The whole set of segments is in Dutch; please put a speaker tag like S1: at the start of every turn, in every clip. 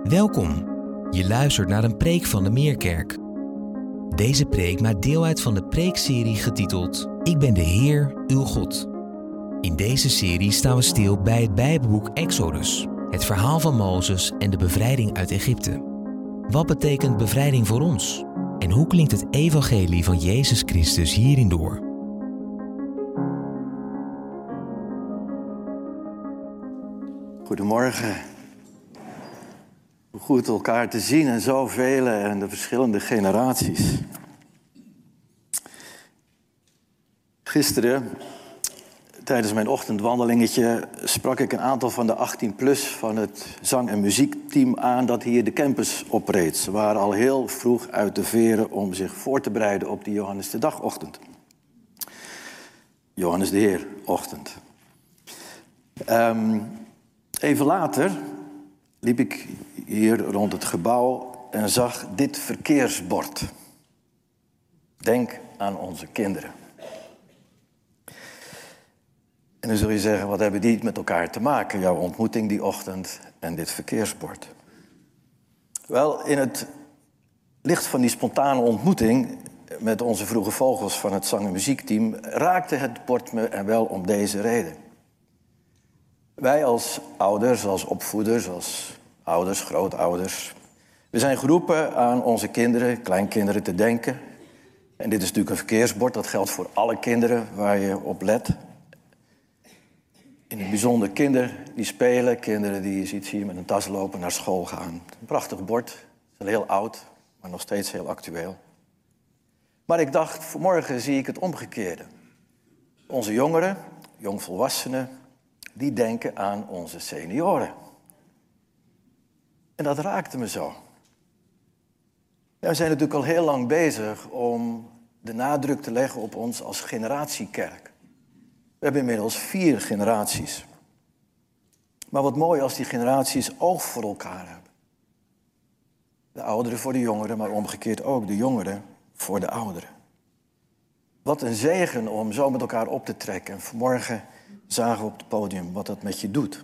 S1: Welkom. Je luistert naar een preek van de Meerkerk. Deze preek maakt deel uit van de preekserie getiteld Ik ben de Heer, uw God. In deze serie staan we stil bij het Bijbelboek Exodus, het verhaal van Mozes en de bevrijding uit Egypte. Wat betekent bevrijding voor ons? En hoe klinkt het evangelie van Jezus Christus hierin door?
S2: Goedemorgen. Hoe goed elkaar te zien en zoveel en de verschillende generaties. Gisteren, tijdens mijn ochtendwandelingetje, sprak ik een aantal van de 18+ van het zang- en muziekteam aan dat hier de campus opreed. Ze waren al heel vroeg uit de veren om zich voor te bereiden op die Johannes de Dagochtend. Johannes de Heerochtend. Even later liep ik hier rond het gebouw en zag dit verkeersbord. Denk aan onze kinderen. En dan zul je zeggen, wat hebben die met elkaar te maken? Jouw ontmoeting die ochtend en dit verkeersbord. Wel, in het licht van die spontane ontmoeting met onze vroege vogels van het zang- en muziekteam raakte het bord me en wel om deze reden. Wij als ouders, als opvoeders, als ouders, grootouders, we zijn geroepen aan onze kinderen, kleinkinderen te denken. En dit is natuurlijk een verkeersbord, dat geldt voor alle kinderen waar je op let. In het bijzonder kinderen die spelen, kinderen die je ziet hier met een tas lopen naar school gaan. Een prachtig bord, het is al heel oud, maar nog steeds heel actueel. Maar ik dacht, vanmorgen zie ik het omgekeerde. Onze jongeren, jongvolwassenen, die denken aan onze senioren. En dat raakte me zo. Ja, we zijn natuurlijk al heel lang bezig om de nadruk te leggen op ons als generatiekerk. We hebben inmiddels 4 generaties. Maar wat mooi als die generaties oog voor elkaar hebben. De ouderen voor de jongeren, maar omgekeerd ook de jongeren voor de ouderen. Wat een zegen om zo met elkaar op te trekken. En vanmorgen zagen we op het podium wat dat met je doet.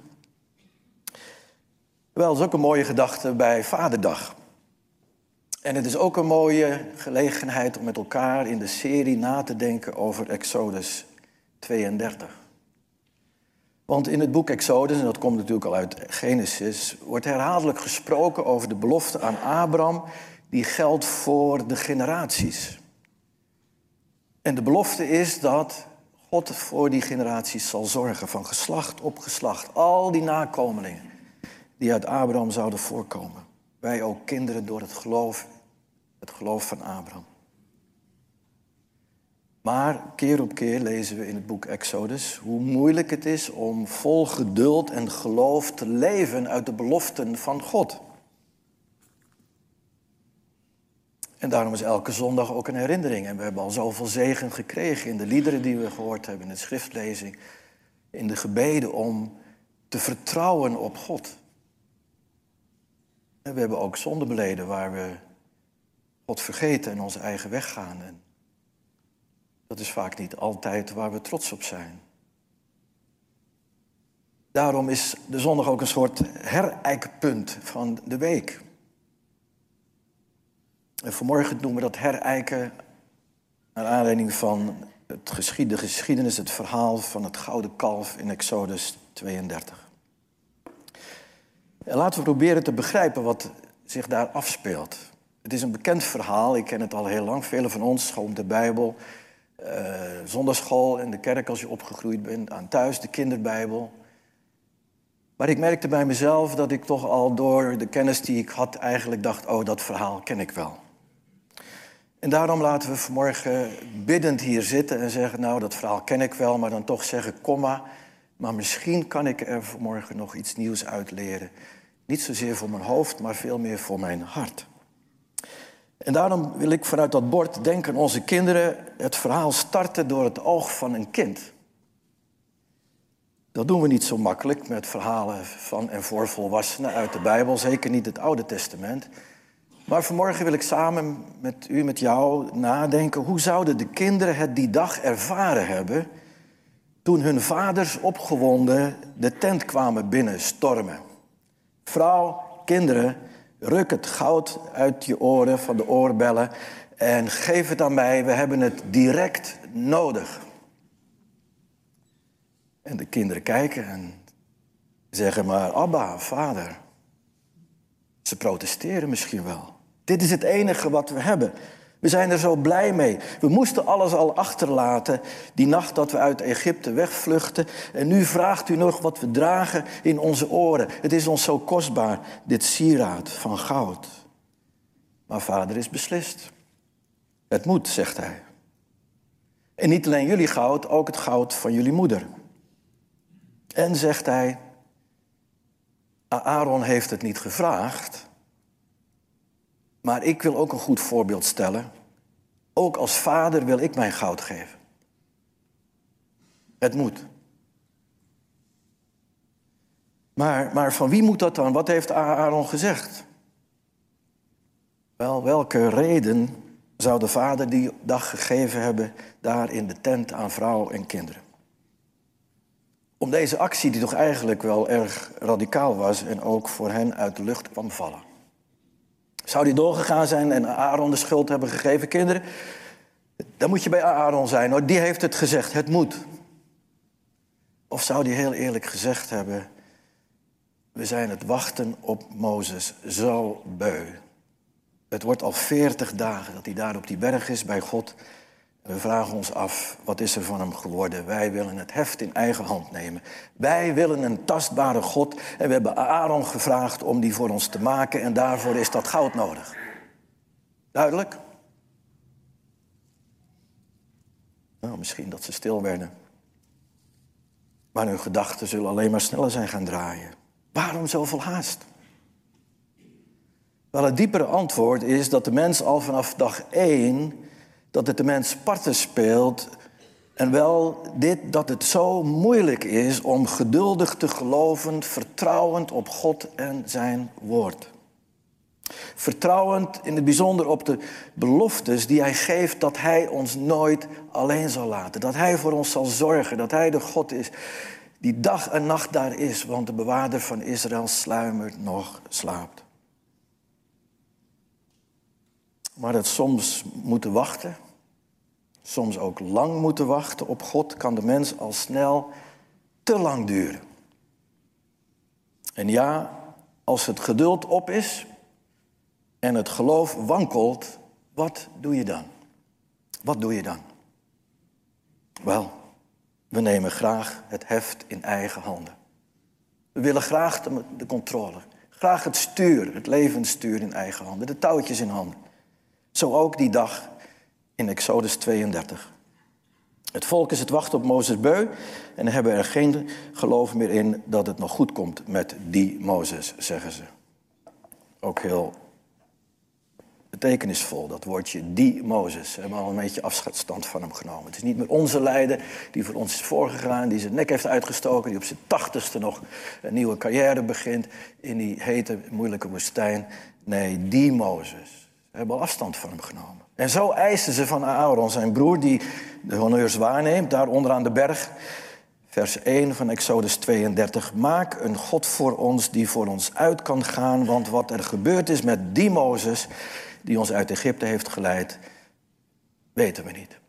S2: Wel, dat is ook een mooie gedachte bij Vaderdag. En het is ook een mooie gelegenheid om met elkaar in de serie na te denken over Exodus 32. Want in het boek Exodus, en dat komt natuurlijk al uit Genesis, wordt herhaaldelijk gesproken over de belofte aan Abraham, die geldt voor de generaties. En de belofte is dat God voor die generaties zal zorgen, van geslacht op geslacht. Al die nakomelingen die uit Abraham zouden voorkomen. Wij ook kinderen door het geloof van Abraham. Maar keer op keer lezen we in het boek Exodus hoe moeilijk het is om vol geduld en geloof te leven uit de beloften van God. En daarom is elke zondag ook een herinnering. En we hebben al zoveel zegen gekregen in de liederen die we gehoord hebben, in de schriftlezing, in de gebeden om te vertrouwen op God. En we hebben ook zonde beleden waar we God vergeten en onze eigen weg gaan. En dat is vaak niet altijd waar we trots op zijn. Daarom is de zondag ook een soort herijkpunt van de week. En vanmorgen noemen we dat herijken naar aanleiding van de geschiedenis, het verhaal van het gouden kalf in Exodus 32. En laten we proberen te begrijpen wat zich daar afspeelt. Het is een bekend verhaal, ik ken het al heel lang. Velen van ons school de Bijbel, zondagschool in de kerk als je opgegroeid bent, aan thuis de kinderbijbel. Maar ik merkte bij mezelf dat ik toch al door de kennis die ik had eigenlijk dacht, oh, dat verhaal ken ik wel. En daarom laten we vanmorgen biddend hier zitten en zeggen, nou, dat verhaal ken ik wel, maar dan toch zeggen, komma, maar misschien kan ik er vanmorgen nog iets nieuws uit leren. Niet zozeer voor mijn hoofd, maar veel meer voor mijn hart. En daarom wil ik vanuit dat bord denken aan onze kinderen, het verhaal starten door het oog van een kind. Dat doen we niet zo makkelijk met verhalen van en voor volwassenen uit de Bijbel, zeker niet het Oude Testament. Maar vanmorgen wil ik samen met jou nadenken, hoe zouden de kinderen het die dag ervaren hebben toen hun vaders opgewonden de tent kwamen binnenstormen. Vrouw, kinderen, ruk het goud uit je oren, van de oorbellen, en geef het aan mij. We hebben het direct nodig. En de kinderen kijken en zeggen maar, Abba, vader. Ze protesteren misschien wel. Dit is het enige wat we hebben. We zijn er zo blij mee. We moesten alles al achterlaten die nacht dat we uit Egypte wegvluchten. En nu vraagt u nog wat we dragen in onze oren. Het is ons zo kostbaar, dit sieraad van goud. Maar vader is beslist. Het moet, zegt hij. En niet alleen jullie goud, ook het goud van jullie moeder. En zegt hij, Aaron heeft het niet gevraagd, maar ik wil ook een goed voorbeeld stellen. Ook als vader wil ik mijn goud geven. Het moet. Maar van wie moet dat dan? Wat heeft Aaron gezegd? Wel, welke reden zou de vader die dag gegeven hebben daar in de tent aan vrouw en kinderen? Om deze actie, die toch eigenlijk wel erg radicaal was en ook voor hen uit de lucht kwam vallen. Zou die doorgegaan zijn en Aaron de schuld hebben gegeven? Kinderen, dan moet je bij Aaron zijn, hoor. Die heeft het gezegd, het moet. Of zou die heel eerlijk gezegd hebben, we zijn het wachten op Mozes zo beu. Het wordt al 40 dagen dat hij daar op die berg is bij God. En we vragen ons af, wat is er van hem geworden? Wij willen het heft in eigen hand nemen. Wij willen een tastbare God. En we hebben Aaron gevraagd om die voor ons te maken. En daarvoor is dat goud nodig. Duidelijk? Nou, misschien dat ze stil werden. Maar hun gedachten zullen alleen maar sneller zijn gaan draaien. Waarom zoveel haast? Wel, het diepere antwoord is dat de mens al vanaf dag 1... dat het de mens parten speelt. En wel dat het zo moeilijk is om geduldig te geloven, vertrouwend op God en zijn woord. Vertrouwend in het bijzonder op de beloftes die hij geeft dat hij ons nooit alleen zal laten. Dat hij voor ons zal zorgen, dat hij de God is die dag en nacht daar is. Want de bewaarder van Israël sluimert nog, slaapt. Maar het soms moeten wachten, soms ook lang moeten wachten op God, kan de mens al snel te lang duren. En ja, als het geduld op is en het geloof wankelt, wat doe je dan? Wat doe je dan? Wel, we nemen graag het heft in eigen handen. We willen graag de controle, graag het stuur, het levensstuur in eigen handen, de touwtjes in handen. Zo ook die dag in Exodus 32. Het volk is het wachten op Mozes beu en hebben er geen geloof meer in dat het nog goed komt met die Mozes, zeggen ze. Ook heel betekenisvol, dat woordje die Mozes. We hebben al een beetje afstand van hem genomen. Het is niet meer onze leider die voor ons is voorgegaan, die zijn nek heeft uitgestoken, die op zijn 80ste nog een nieuwe carrière begint in die hete, moeilijke woestijn. Nee, die Mozes. We hebben al afstand van hem genomen. En zo eisen ze van Aaron, zijn broer, die de honneurs waarneemt, daar onderaan de berg. Vers 1 van Exodus 32. Maak een God voor ons die voor ons uit kan gaan, want wat er gebeurd is met die Mozes, die ons uit Egypte heeft geleid, weten we niet.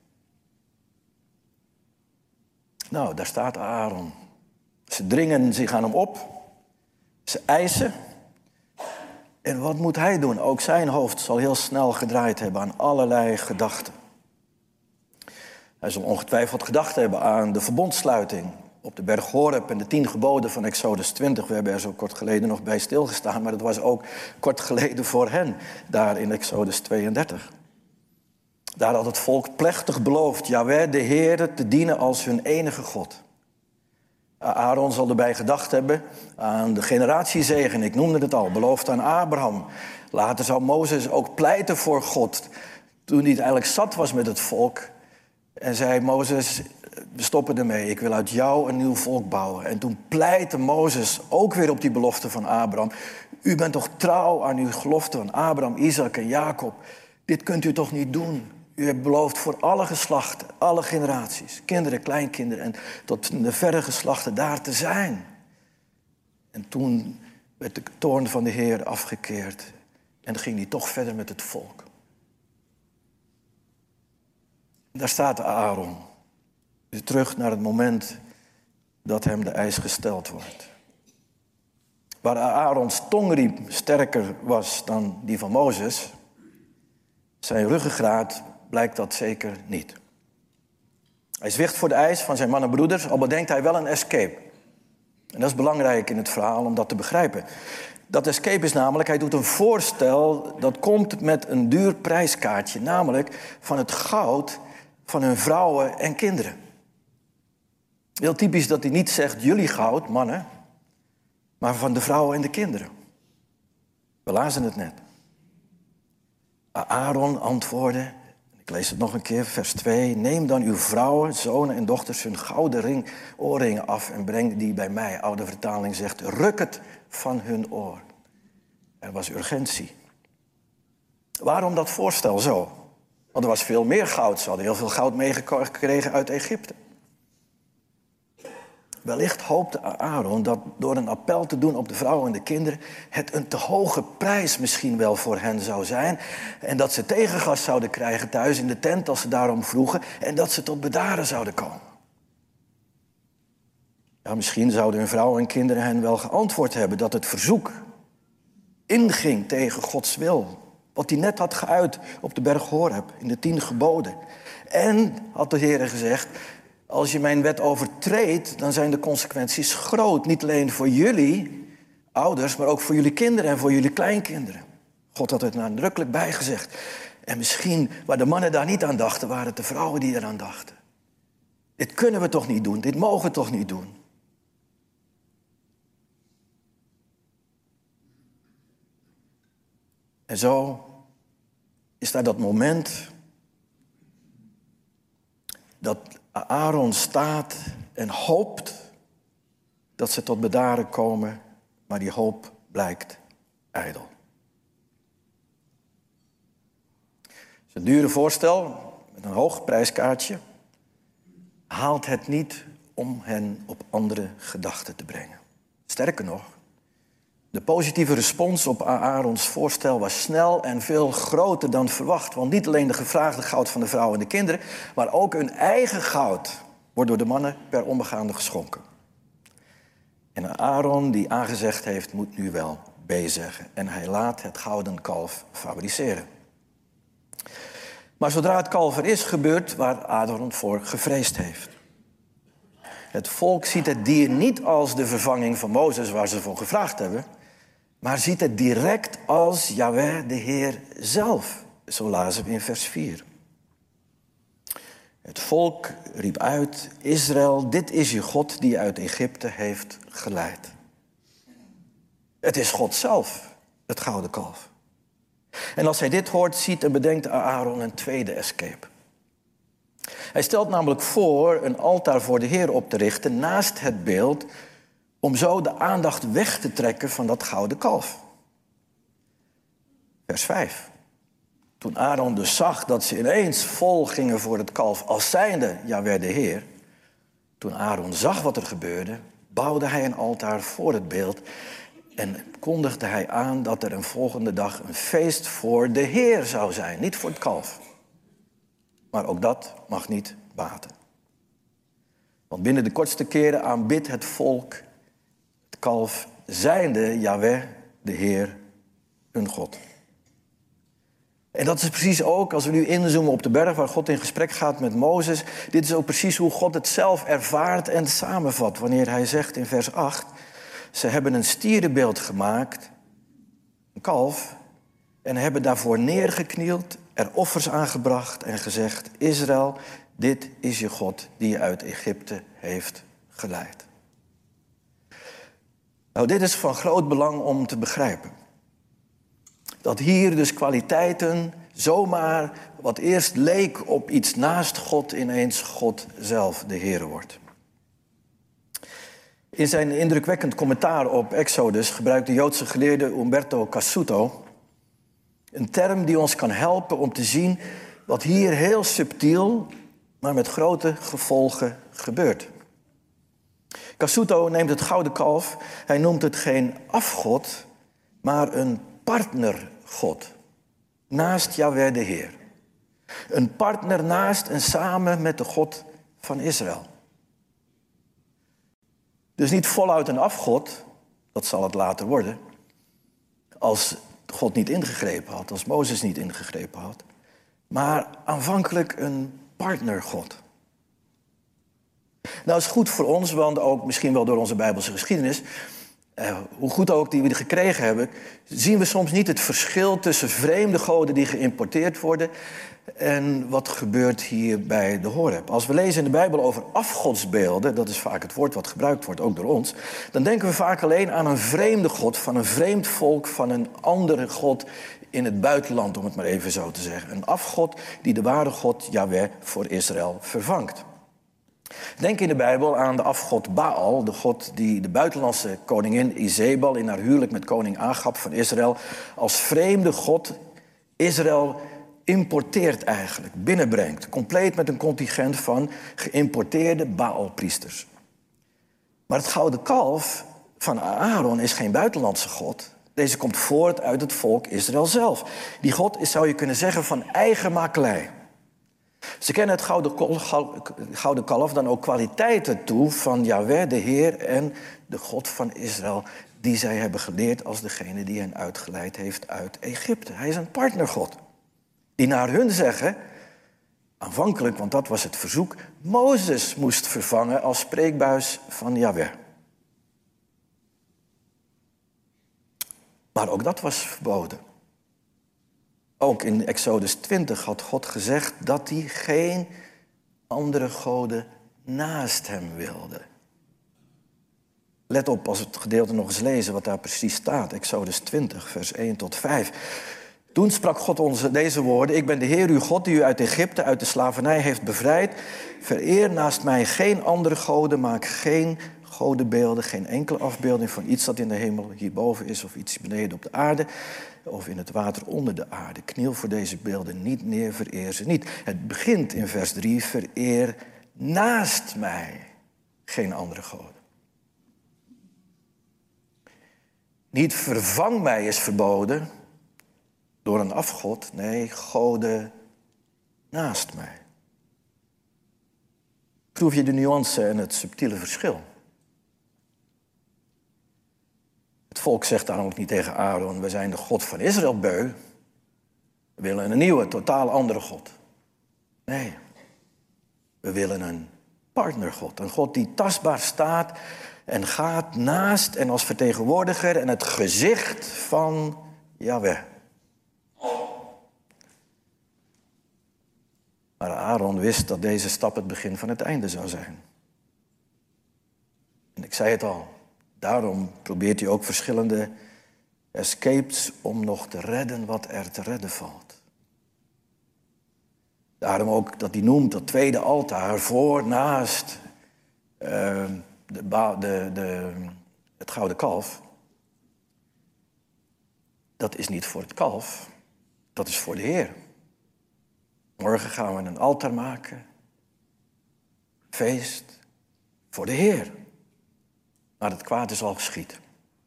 S2: Nou, daar staat Aaron. Ze dringen zich aan hem op. Ze eisen. En wat moet hij doen? Ook zijn hoofd zal heel snel gedraaid hebben aan allerlei gedachten. Hij zal ongetwijfeld gedacht hebben aan de verbondsluiting op de berg Horeb en de 10 geboden van Exodus 20. We hebben er zo kort geleden nog bij stilgestaan, maar dat was ook kort geleden voor hen, daar in Exodus 32. Daar had het volk plechtig beloofd, Jahweh, de Heere, te dienen als hun enige God. Aaron zal erbij gedacht hebben aan de generatiezegen. Ik noemde het al, beloofd aan Abraham. Later zou Mozes ook pleiten voor God. Toen hij het eigenlijk zat was met het volk. En zei Mozes, we stoppen ermee. Ik wil uit jou een nieuw volk bouwen. En toen pleitte Mozes ook weer op die belofte van Abraham. U bent toch trouw aan uw gelofte van Abraham, Isaac en Jacob. Dit kunt u toch niet doen? U hebt beloofd voor alle geslachten, alle generaties, kinderen, kleinkinderen en tot de verre geslachten daar te zijn. En toen werd de toorn van de Heer afgekeerd en ging hij toch verder met het volk. Daar staat Aaron, weer terug naar het moment dat hem de eis gesteld wordt. Waar Aarons tongriem sterker was dan die van Mozes, zijn ruggengraat blijkt dat zeker niet. Hij zwicht voor de eis van zijn man en broeders, al bedenkt hij wel een escape. En dat is belangrijk in het verhaal om dat te begrijpen. Dat escape is namelijk, hij doet een voorstel dat komt met een duur prijskaartje, namelijk van het goud van hun vrouwen en kinderen. Heel typisch dat hij niet zegt jullie goud, mannen, maar van de vrouwen en de kinderen. We lazen het net. Aaron antwoordde, ik lees het nog een keer, vers 2. Neem dan uw vrouwen, zonen en dochters hun gouden oorringen af en breng die bij mij. Oude vertaling zegt, ruk het van hun oor. Er was urgentie. Waarom dat voorstel zo? Want er was veel meer goud. Ze hadden heel veel goud meegekregen uit Egypte. Wellicht hoopte Aaron dat door een appel te doen op de vrouwen en de kinderen het een te hoge prijs misschien wel voor hen zou zijn. En dat ze tegengas zouden krijgen thuis in de tent als ze daarom vroegen. En dat ze tot bedaren zouden komen. Ja, misschien zouden hun vrouwen en kinderen hen wel geantwoord hebben dat het verzoek inging tegen Gods wil. Wat hij net had geuit op de berg Horeb in de 10 geboden. En, had de Heer gezegd, als je mijn wet overtreedt, dan zijn de consequenties groot. Niet alleen voor jullie, ouders, maar ook voor jullie kinderen en voor jullie kleinkinderen. God had het nadrukkelijk bijgezegd. En misschien, waar de mannen daar niet aan dachten, waren het de vrouwen die eraan dachten. Dit kunnen we toch niet doen, dit mogen we toch niet doen. En zo is daar dat moment dat Aaron staat en hoopt dat ze tot bedaren komen, maar die hoop blijkt ijdel. Het is een dure voorstel met een hoog prijskaartje. Haalt het niet om hen op andere gedachten te brengen. Sterker nog, de positieve respons op Aarons voorstel was snel en veel groter dan verwacht. Want niet alleen de gevraagde goud van de vrouwen en de kinderen, maar ook hun eigen goud wordt door de mannen per onbegaande geschonken. En Aaron, die aangezegd heeft, moet nu wel B zeggen. En hij laat het gouden kalf fabriceren. Maar zodra het kalf er is, gebeurt waar Aaron voor gevreesd heeft. Het volk ziet het dier niet als de vervanging van Mozes waar ze voor gevraagd hebben, maar ziet het direct als Jahweh, de Heer zelf. Zo lazen we in vers 4. Het volk riep uit, Israël, dit is je God die je uit Egypte heeft geleid. Het is God zelf, het gouden kalf. En als hij dit hoort, ziet en bedenkt Aaron een tweede escape. Hij stelt namelijk voor een altaar voor de Heer op te richten naast het beeld, om zo de aandacht weg te trekken van dat gouden kalf. Vers 5. Toen Aaron dus zag dat ze ineens vol gingen voor het kalf als zijnde Jahweh de Heer. Toen Aaron zag wat er gebeurde, bouwde hij een altaar voor het beeld en kondigde hij aan dat er een volgende dag een feest voor de Heer zou zijn. Niet voor het kalf. Maar ook dat mag niet baten. Want binnen de kortste keren aanbidt het volk het kalf zijnde Jahweh, de Heer, hun God. En dat is precies ook, als we nu inzoomen op de berg waar God in gesprek gaat met Mozes. Dit is ook precies hoe God het zelf ervaart en samenvat. Wanneer hij zegt in vers 8, ze hebben een stierenbeeld gemaakt, een kalf, en hebben daarvoor neergeknield, er offers aangebracht en gezegd, Israël, dit is je God die je uit Egypte heeft geleid. Nou, dit is van groot belang om te begrijpen. Dat hier dus kwaliteiten zomaar wat eerst leek op iets naast God ineens God zelf de Heer wordt. In zijn indrukwekkend commentaar op Exodus gebruikt de Joodse geleerde Umberto Cassuto een term die ons kan helpen om te zien wat hier heel subtiel, maar met grote gevolgen gebeurt. Casuto neemt het gouden kalf, hij noemt het geen afgod, maar een partnergod. Naast Jahweh de Heer. Een partner naast en samen met de God van Israël. Dus niet voluit een afgod, dat zal het later worden, als God niet ingegrepen had, als Mozes niet ingegrepen had. Maar aanvankelijk een partnergod. Nou, is goed voor ons, want ook misschien wel door onze Bijbelse geschiedenis, hoe goed ook die we gekregen hebben, zien we soms niet het verschil tussen vreemde goden die geïmporteerd worden en wat gebeurt hier bij de Horeb. Als we lezen in de Bijbel over afgodsbeelden, dat is vaak het woord wat gebruikt wordt, ook door ons, dan denken we vaak alleen aan een vreemde god, van een vreemd volk, van een andere god in het buitenland, om het maar even zo te zeggen. Een afgod die de ware God, Jahweh, voor Israël vervangt. Denk in de Bijbel aan de afgod Baal, de god die de buitenlandse koningin Izebel in haar huwelijk met koning Agab van Israël als vreemde god Israël importeert eigenlijk, binnenbrengt. Compleet met een contingent van geïmporteerde Baalpriesters. Maar het gouden kalf van Aaron is geen buitenlandse god. Deze komt voort uit het volk Israël zelf. Die god is, zou je kunnen zeggen, van eigen makelij. Ze kennen het gouden kalf dan ook kwaliteiten toe van Jahweh, de Heer en de God van Israël, die zij hebben geleerd als degene die hen uitgeleid heeft uit Egypte. Hij is een partnergod. Die naar hun zeggen, aanvankelijk, want dat was het verzoek, Mozes moest vervangen als spreekbuis van Jahweh. Maar ook dat was verboden. Ook in Exodus 20 had God gezegd dat hij geen andere goden naast hem wilde. Let op als we het gedeelte nog eens lezen wat daar precies staat. Exodus 20, vers 1 tot 5. Toen sprak God ons deze woorden. Ik ben de Heer uw God die u uit Egypte, uit de slavernij heeft bevrijd. Vereer naast mij geen andere goden, maak geen godenbeelden, geen enkele afbeelding van iets dat in de hemel hierboven is of iets beneden op de aarde of in het water onder de aarde. Kniel voor deze beelden niet neer, vereer ze niet. Het begint in vers 3, vereer naast mij geen andere goden. Niet vervang mij is verboden door een afgod, nee, goden naast mij. Proef je de nuance en het subtiele verschil? Het volk zegt daarom ook niet tegen Aaron, we zijn de God van Israël beu. We willen een nieuwe, totaal andere God. Nee, we willen een partnergod. Een God die tastbaar staat en gaat naast en als vertegenwoordiger en het gezicht van Jahweh. Maar Aaron wist dat deze stap het begin van het einde zou zijn. En ik zei het al, daarom probeert hij ook verschillende escapes om nog te redden wat er te redden valt. Daarom ook dat hij noemt dat tweede altaar voor, naast het gouden kalf. Dat is niet voor het kalf, dat is voor de Heer. Morgen gaan we een altaar maken. Feest voor de Heer. Maar het kwaad is al geschied.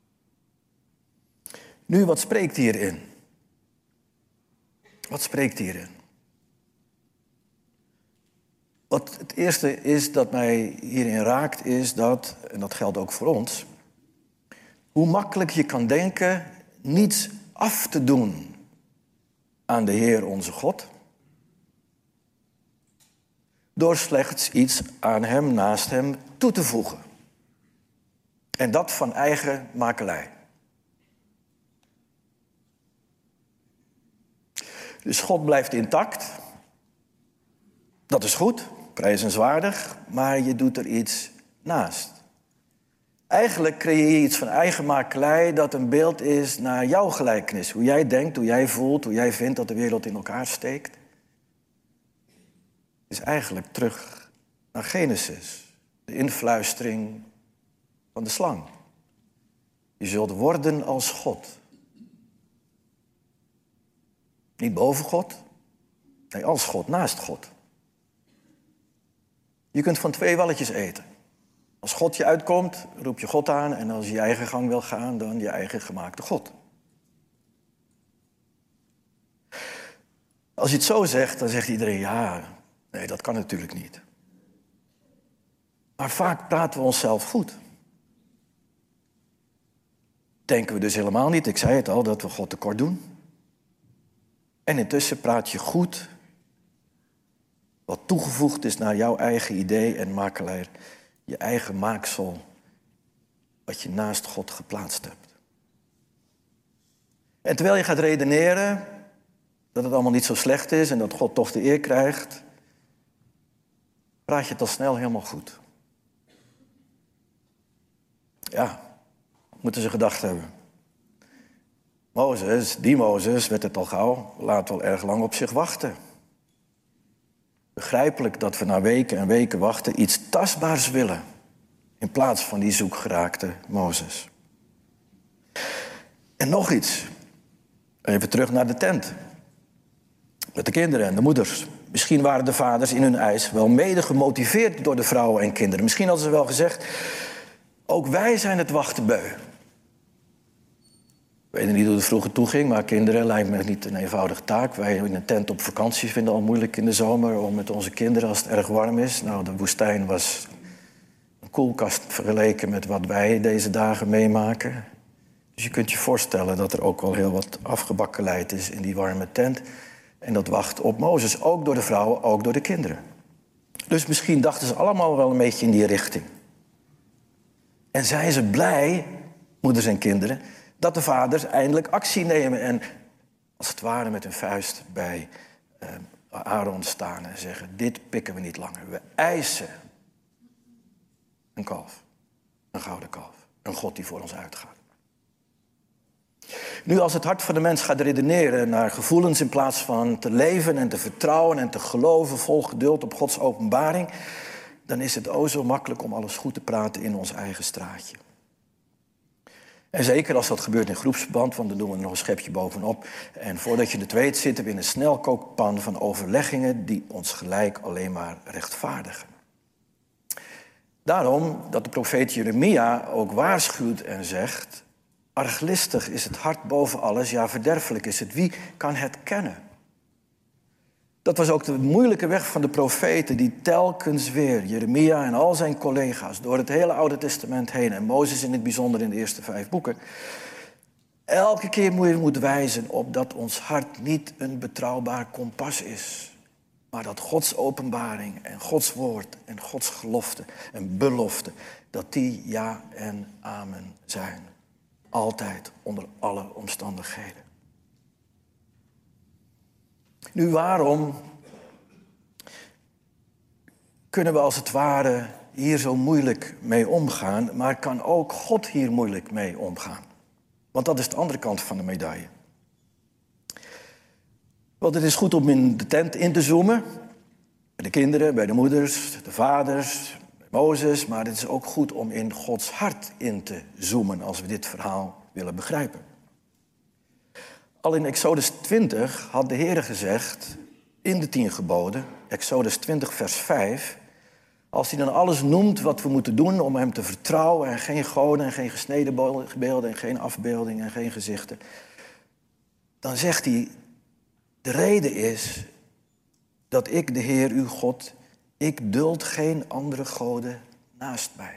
S2: Nu, wat spreekt hierin? Wat spreekt hierin? Wat het eerste is dat mij hierin raakt is dat, en dat geldt ook voor ons, hoe makkelijk je kan denken niets af te doen aan de Heer onze God, door slechts iets aan hem, naast hem, toe te voegen. En dat van eigen makelij. Dus God blijft intact. Dat is goed, prijzenswaardig, maar je doet er iets naast. Eigenlijk creëer je iets van eigen makelij dat een beeld is naar jouw gelijkenis. Hoe jij denkt, hoe jij voelt, hoe jij vindt dat de wereld in elkaar steekt. Is eigenlijk terug naar Genesis. De influistering van de slang. Je zult worden als God. Niet boven God, nee, als God, naast God. Je kunt van twee walletjes eten. Als God je uitkomt, roep je God aan. En als je je eigen gang wil gaan, dan je eigen gemaakte God. Als je het zo zegt, dan zegt iedereen, ja, nee, dat kan natuurlijk niet. Maar vaak praten we onszelf goed. Denken we dus helemaal niet, ik zei het al, dat we God tekort doen. En intussen praat je goed wat toegevoegd is naar jouw eigen idee en makelaar. Je eigen maaksel, wat je naast God geplaatst hebt. En terwijl je gaat redeneren dat het allemaal niet zo slecht is en dat God toch de eer krijgt, praat je het al snel helemaal goed. Ja, moeten ze gedacht hebben. Die Mozes, werd het al gauw, laat wel erg lang op zich wachten. Begrijpelijk dat we na weken en weken wachten iets tastbaars willen, in plaats van die zoekgeraakte Mozes. En nog iets. Even terug naar de tent. Met de kinderen en de moeders. Misschien waren de vaders in hun eis wel mede gemotiveerd door de vrouwen en kinderen. Misschien hadden ze wel gezegd, ook wij zijn het wachten beu. Ik weet niet hoe het vroeger toeging, maar kinderen lijkt me niet een eenvoudige taak. Wij in een tent op vakantie vinden het al moeilijk in de zomer om met onze kinderen als het erg warm is. Nou, de woestijn was een koelkast vergeleken met wat wij deze dagen meemaken. Dus je kunt je voorstellen dat er ook wel heel wat afgebakkeleid is in die warme tent. En dat wacht op Mozes, ook door de vrouwen, ook door de kinderen. Dus misschien dachten ze allemaal wel een beetje in die richting. En zijn ze blij, moeders en kinderen, dat de vaders eindelijk actie nemen en als het ware met hun vuist bij Aaron staan en zeggen, dit pikken we niet langer. We eisen een kalf, een gouden kalf, een God die voor ons uitgaat. Nu als het hart van de mens gaat redeneren naar gevoelens in plaats van te leven en te vertrouwen en te geloven vol geduld op Gods openbaring, dan is het zo makkelijk om alles goed te praten in ons eigen straatje. En zeker als dat gebeurt in groepsverband, want dan doen we er nog een schepje bovenop. En voordat je het weet zitten we in een snelkookpan van overleggingen die ons gelijk alleen maar rechtvaardigen. Daarom dat de profeet Jeremia ook waarschuwt en zegt, arglistig is het hart boven alles, ja verderfelijk is het. Wie kan het kennen? Dat was ook de moeilijke weg van de profeten die telkens weer, Jeremia en al zijn collega's, door het hele Oude Testament heen, en Mozes in het bijzonder in de eerste 5 boeken, elke keer moet wijzen op dat ons hart niet een betrouwbaar kompas is, maar dat Gods openbaring en Gods woord en Gods gelofte en belofte, dat die ja en amen zijn. Altijd, onder alle omstandigheden. Nu, waarom kunnen we als het ware hier zo moeilijk mee omgaan, maar kan ook God hier moeilijk mee omgaan? Want dat is de andere kant van de medaille. Want het is goed om in de tent in te zoomen, bij de kinderen, bij de moeders, de vaders, bij Mozes, maar het is ook goed om in Gods hart in te zoomen als we dit verhaal willen begrijpen. Al in Exodus 20 had de Heer gezegd, in de 10 geboden, Exodus 20 vers 5, als hij dan alles noemt wat we moeten doen om hem te vertrouwen en geen goden en geen gesneden beelden en geen afbeeldingen en geen gezichten, dan zegt hij, de reden is dat ik, de Heer uw God, ik duld geen andere goden naast mij.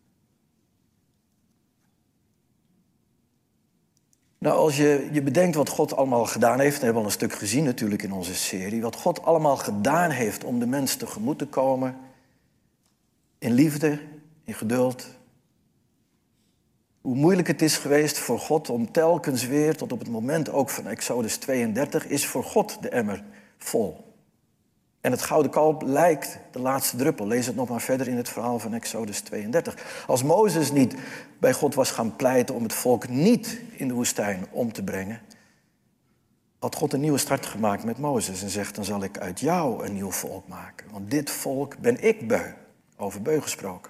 S2: Nou, als je bedenkt wat God allemaal gedaan heeft, dat hebben we al een stuk gezien natuurlijk in onze serie, wat God allemaal gedaan heeft om de mens tegemoet te komen, in liefde, in geduld. Hoe moeilijk het is geweest voor God om telkens weer, tot op het moment ook van Exodus 32, is voor God de emmer vol. En het gouden kalf lijkt de laatste druppel. Lees het nog maar verder in het verhaal van Exodus 32. Als Mozes niet bij God was gaan pleiten om het volk niet in de woestijn om te brengen, had God een nieuwe start gemaakt met Mozes en zegt, dan zal ik uit jou een nieuw volk maken. Want dit volk ben ik beu, over beu gesproken.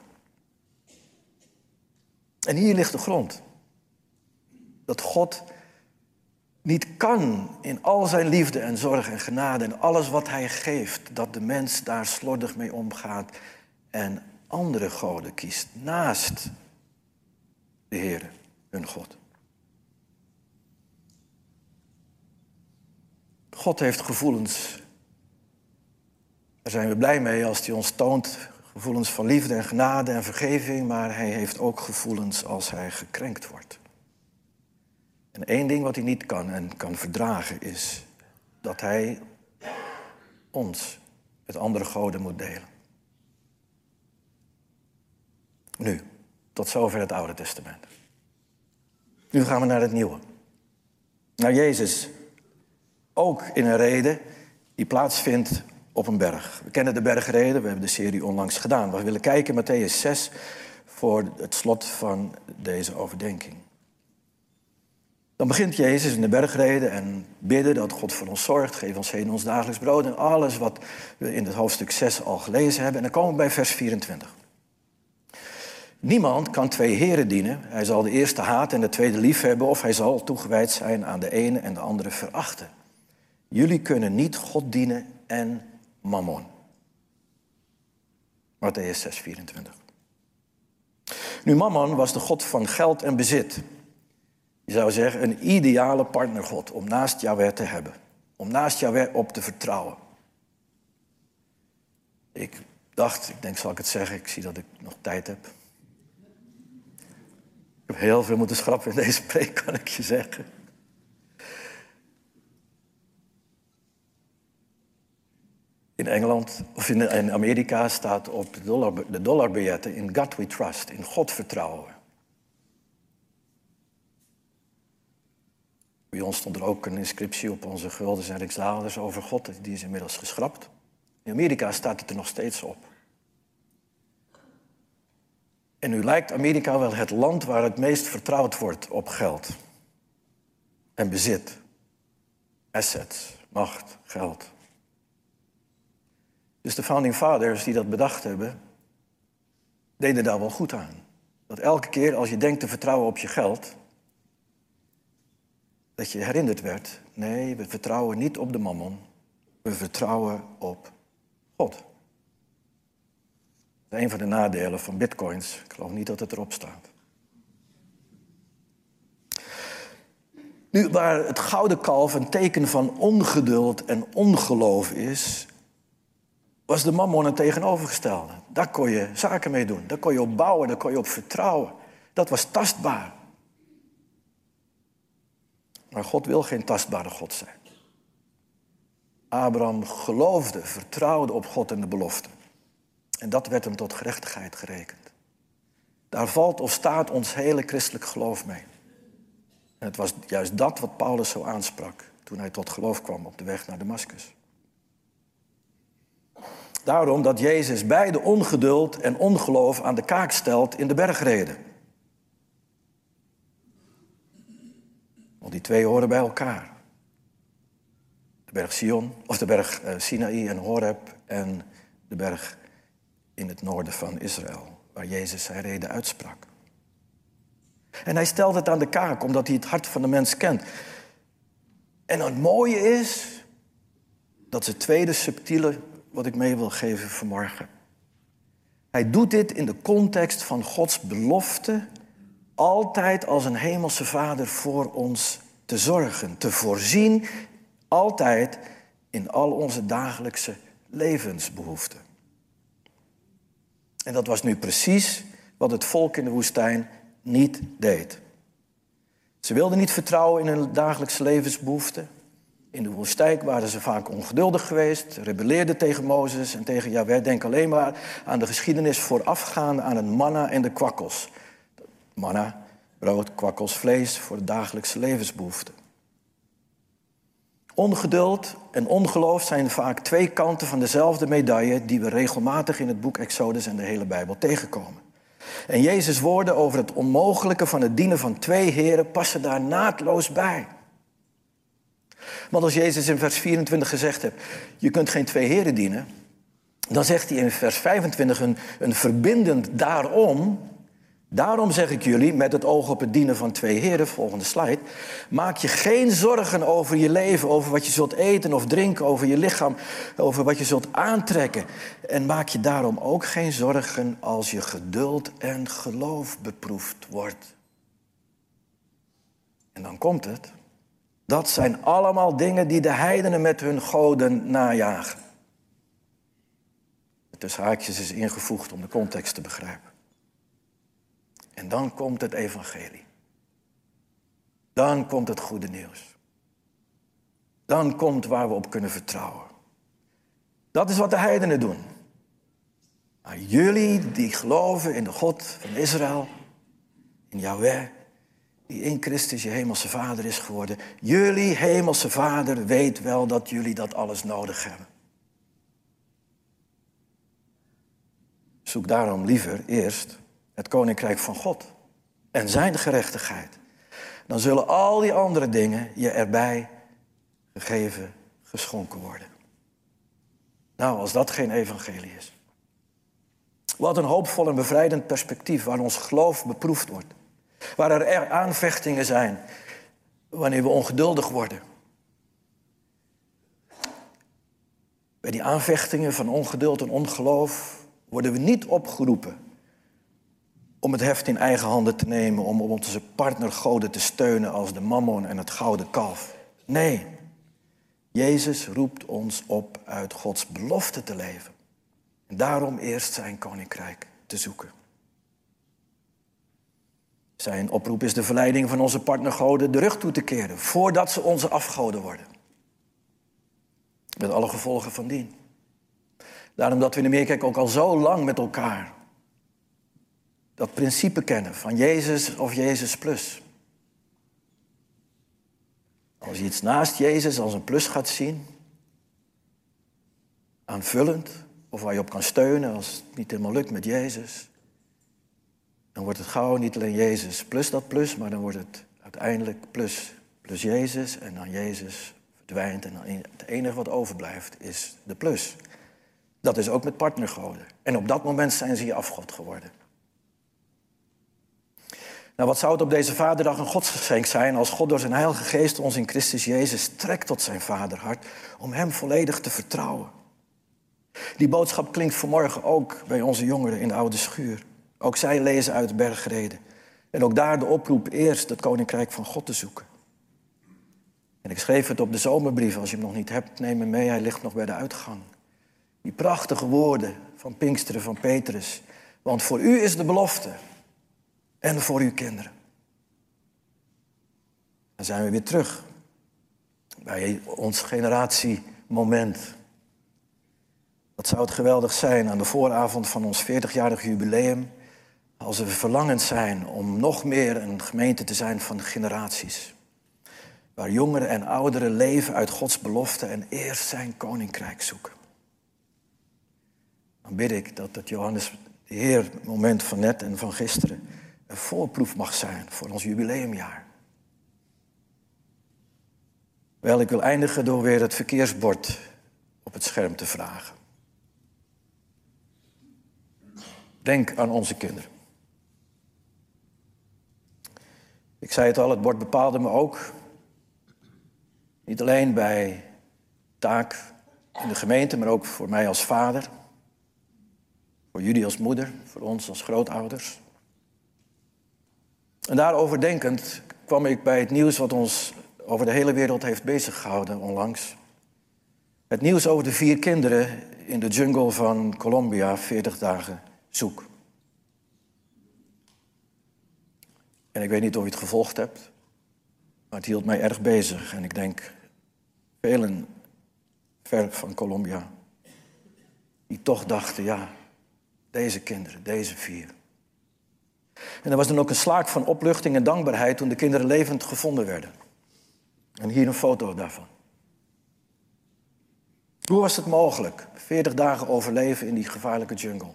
S2: En hier ligt de grond. Dat God niet kan in al zijn liefde en zorg en genade en alles wat hij geeft, dat de mens daar slordig mee omgaat en andere goden kiest naast de Heere, hun God. God heeft gevoelens. Daar zijn we blij mee als hij ons toont. Gevoelens van liefde en genade en vergeving. Maar hij heeft ook gevoelens als hij gekrenkt wordt. En één ding wat hij niet kan en kan verdragen is dat hij ons met andere goden moet delen. Nu, tot zover het Oude Testament. Nu gaan we naar het Nieuwe. Naar Jezus. Ook in een rede die plaatsvindt op een berg. We kennen de bergreden, we hebben de serie onlangs gedaan. We willen kijken in Mattheüs 6 voor het slot van deze overdenking. Dan begint Jezus in de bergreden en bidden dat God voor ons zorgt. Geef ons heden ons dagelijks brood en alles wat we in het hoofdstuk 6 al gelezen hebben. En dan komen we bij vers 24. Niemand kan twee heren dienen. Hij zal de eerste haat en de tweede lief hebben, of hij zal toegewijd zijn aan de ene en de andere verachten. Jullie kunnen niet God dienen en mammon. Mattheüs 6, 24. Nu, mammon was de god van geld en bezit. Je zou zeggen, een ideale partnergod om naast Jahweh te hebben. Om naast Jahweh op te vertrouwen. Ik denk, zal ik het zeggen? Ik zie dat ik nog tijd heb. Ik heb heel veel moeten schrappen in deze preek, kan ik je zeggen. In Engeland of in Amerika staat op de dollarbiljetten in God we trust, in God vertrouwen. Bij ons stond er ook een inscriptie op onze guldens en rijksdaalders over God, die is inmiddels geschrapt. In Amerika staat het er nog steeds op. En nu lijkt Amerika wel het land waar het meest vertrouwd wordt op geld en bezit, assets, macht, geld. Dus de founding fathers die dat bedacht hebben, deden daar wel goed aan. Dat elke keer als je denkt te vertrouwen op je geld, dat je herinnerd werd, nee, we vertrouwen niet op de mammon, we vertrouwen op God. Dat is een van de nadelen van bitcoins. Ik geloof niet dat het erop staat. Nu, waar het gouden kalf een teken van ongeduld en ongeloof is, was de mammon het tegenovergestelde. Daar kon je zaken mee doen. Daar kon je op bouwen, daar kon je op vertrouwen. Dat was tastbaar. Maar God wil geen tastbare God zijn. Abraham geloofde, vertrouwde op God en de belofte. En dat werd hem tot gerechtigheid gerekend. Daar valt of staat ons hele christelijk geloof mee. En het was juist dat wat Paulus zo aansprak toen hij tot geloof kwam op de weg naar Damascus. Daarom dat Jezus beide ongeduld en ongeloof aan de kaak stelt in de bergreden. Want die twee horen bij elkaar. De berg Sion, of de berg Sinaï en Horeb en de berg in het noorden van Israël, waar Jezus zijn reden uitsprak. En hij stelt het aan de kaak, omdat hij het hart van de mens kent. En het mooie is, dat is het tweede subtiele wat ik mee wil geven vanmorgen. Hij doet dit in de context van Gods belofte, altijd als een hemelse vader voor ons te zorgen, te voorzien, altijd in al onze dagelijkse levensbehoeften. En dat was nu precies wat het volk in de woestijn niet deed. Ze wilden niet vertrouwen in hun dagelijkse levensbehoeften. In de woestijn waren ze vaak ongeduldig geweest, rebelleerden tegen Mozes en tegen Jahweh. Denk alleen maar aan de geschiedenis voorafgaande aan het manna en de kwakkels. Manna, brood, kwakkels, vlees voor de dagelijkse levensbehoeften. Ongeduld en ongeloof zijn vaak twee kanten van dezelfde medaille die we regelmatig in het boek Exodus en de hele Bijbel tegenkomen. En Jezus' woorden over het onmogelijke van het dienen van twee heren passen daar naadloos bij. Want als Jezus in vers 24 gezegd heeft, je kunt geen twee heren dienen, dan zegt hij in vers 25 een verbindend daarom, Daarom zeg ik jullie, met het oog op het dienen van 2 heren, volgende slide, maak je geen zorgen over je leven, over wat je zult eten of drinken, over je lichaam, over wat je zult aantrekken. En maak je daarom ook geen zorgen als je geduld en geloof beproefd wordt. En dan komt het. Dat zijn allemaal dingen die de heidenen met hun goden najagen. Tussen haakjes is ingevoegd om de context te begrijpen. En dan komt het evangelie. Dan komt het goede nieuws. Dan komt waar we op kunnen vertrouwen. Dat is wat de heidenen doen. Maar jullie die geloven in de God van Israël, in Yahweh, die in Christus je hemelse vader is geworden. Jullie hemelse vader weet wel dat jullie dat alles nodig hebben. Zoek daarom liever eerst het koninkrijk van God en zijn gerechtigheid. Dan zullen al die andere dingen je erbij gegeven, geschonken worden. Nou, als dat geen evangelie is. Wat een hoopvol en bevrijdend perspectief waar ons geloof beproefd wordt. Waar er aanvechtingen zijn wanneer we ongeduldig worden. Bij die aanvechtingen van ongeduld en ongeloof worden we niet opgeroepen om het heft in eigen handen te nemen, om onze partnergoden te steunen als de mammon en het gouden kalf. Nee, Jezus roept ons op uit Gods belofte te leven. En daarom eerst zijn koninkrijk te zoeken. Zijn oproep is de verleiding van onze partnergoden de rug toe te keren, voordat ze onze afgoden worden. Met alle gevolgen van dien. Daarom dat we in de Meerkerk ook al zo lang met elkaar dat principe kennen van Jezus of Jezus plus. Als je iets naast Jezus als een plus gaat zien, aanvullend, of waar je op kan steunen als het niet helemaal lukt met Jezus, dan wordt het gauw niet alleen Jezus plus dat plus, maar dan wordt het uiteindelijk plus Jezus en dan Jezus verdwijnt en dan het enige wat overblijft is de plus. Dat is ook met partnergoden. En op dat moment zijn ze je afgod geworden. Nou, wat zou het op deze Vaderdag een godsgeschenk zijn als God door zijn Heilige Geest ons in Christus Jezus trekt tot zijn vaderhart om hem volledig te vertrouwen. Die boodschap klinkt vanmorgen ook bij onze jongeren in de oude schuur. Ook zij lezen uit Bergreden. En ook daar de oproep eerst het koninkrijk van God te zoeken. En ik schreef het op de zomerbrief. Als je hem nog niet hebt, neem hem mee. Hij ligt nog bij de uitgang. Die prachtige woorden van Pinksteren van Petrus. Want voor u is de belofte. En voor uw kinderen. Dan zijn we weer terug. Bij ons generatiemoment. Wat zou het geweldig zijn aan de vooravond van ons 40-jarig jubileum. Als we verlangend zijn om nog meer een gemeente te zijn van generaties. Waar jongeren en ouderen leven uit Gods belofte en eerst zijn koninkrijk zoeken. Dan bid ik dat het Johannes de Heer moment van net en van gisteren een voorproef mag zijn voor ons jubileumjaar. Wel, ik wil eindigen door weer het verkeersbord op het scherm te vragen. Denk aan onze kinderen. Ik zei het al, het bord bepaalde me ook. Niet alleen bij taak in de gemeente, maar ook voor mij als vader. Voor jullie als moeder, voor ons als grootouders. En daarover denkend kwam ik bij het nieuws wat ons over de hele wereld heeft beziggehouden onlangs. Het nieuws over de 4 kinderen in de jungle van Colombia, 40 dagen zoek. En ik weet niet of je het gevolgd hebt, maar het hield mij erg bezig. En ik denk, velen ver van Colombia, die toch dachten, ja, deze kinderen, deze 4. En er was dan ook een slaak van opluchting en dankbaarheid toen de kinderen levend gevonden werden. En hier een foto daarvan. Hoe was het mogelijk? 40 dagen overleven in die gevaarlijke jungle.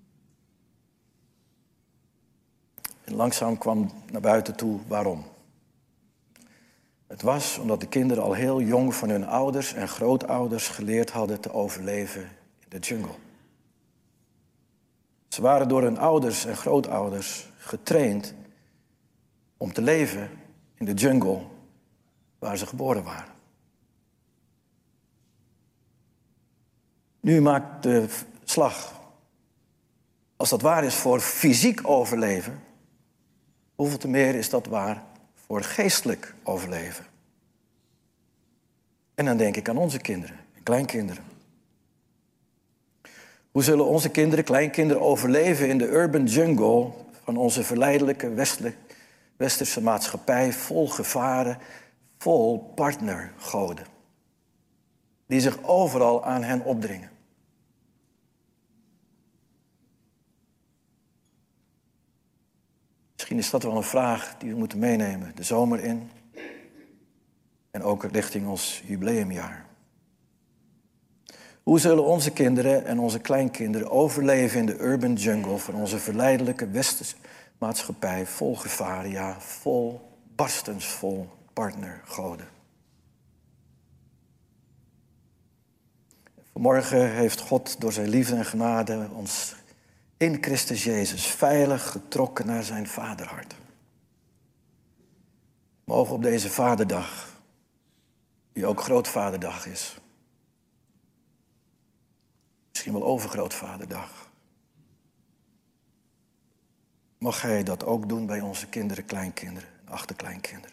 S2: En langzaam kwam naar buiten toe waarom. Het was omdat de kinderen al heel jong van hun ouders en grootouders geleerd hadden te overleven in de jungle. Ze waren door hun ouders en grootouders getraind om te leven in de jungle waar ze geboren waren. Nu maakt de slag, als dat waar is voor fysiek overleven, hoeveel te meer is dat waar voor geestelijk overleven. En dan denk ik aan onze kinderen en kleinkinderen. Hoe zullen onze kinderen, kleinkinderen overleven in de urban jungle van onze verleidelijke westerse maatschappij, vol gevaren, vol partnergoden, die zich overal aan hen opdringen? Misschien is dat wel een vraag die we moeten meenemen de zomer in en ook richting ons jubileumjaar. Hoe zullen onze kinderen en onze kleinkinderen overleven in de urban jungle van onze verleidelijke westerse maatschappij, vol gevaren, ja, vol, barstensvol partnergoden? Vanmorgen heeft God door zijn liefde en genade ons in Christus Jezus veilig getrokken naar zijn vaderhart. Mogen op deze vaderdag, die ook grootvaderdag is, misschien wel overgrootvaderdag, mag hij dat ook doen bij onze kinderen, kleinkinderen en achterkleinkinderen.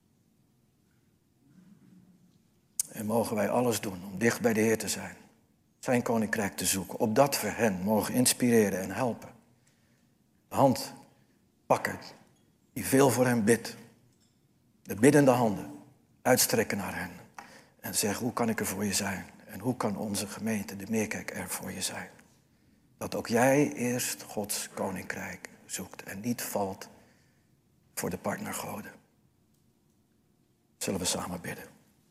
S2: En mogen wij alles doen om dicht bij de Heer te zijn, zijn koninkrijk te zoeken, opdat we hen mogen inspireren en helpen. De hand pakken die veel voor hen bidt. De biddende handen uitstrekken naar hen. En zeggen, hoe kan ik er voor je zijn? En hoe kan onze gemeente, de Meerkerk, er voor je zijn? Dat ook jij eerst Gods koninkrijk zoekt en niet valt voor de partnergoden. Zullen we samen bidden?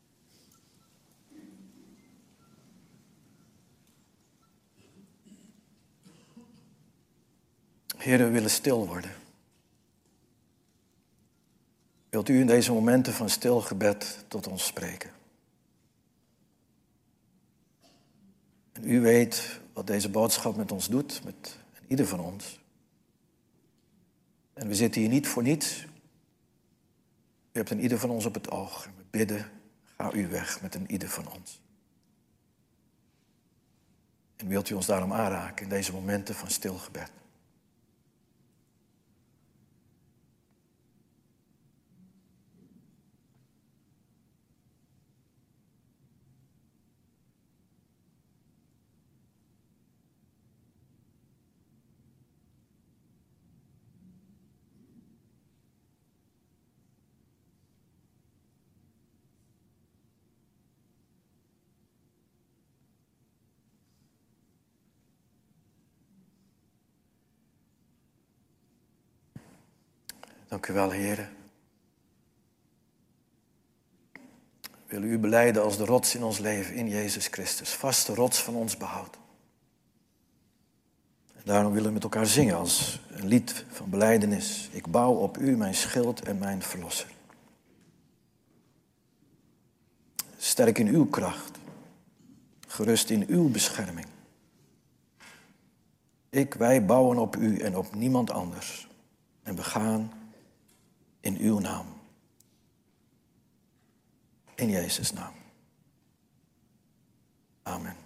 S2: Heer, we willen stil worden. Wilt u in deze momenten van stil gebed tot ons spreken? En u weet wat deze boodschap met ons doet, met ieder van ons. En we zitten hier niet voor niets. U hebt een ieder van ons op het oog. En we bidden, ga u weg met een ieder van ons. En wilt u ons daarom aanraken in deze momenten van stil gebed? Dank u wel, Heer. We willen u belijden als de rots in ons leven, in Jezus Christus. Vaste rots van ons behoud. En daarom willen we met elkaar zingen als een lied van belijdenis. Ik bouw op u, mijn schild en mijn verlosser. Sterk in uw kracht. Gerust in uw bescherming. Wij bouwen op u en op niemand anders. En we gaan in uw naam. In Jezus' naam. Amen.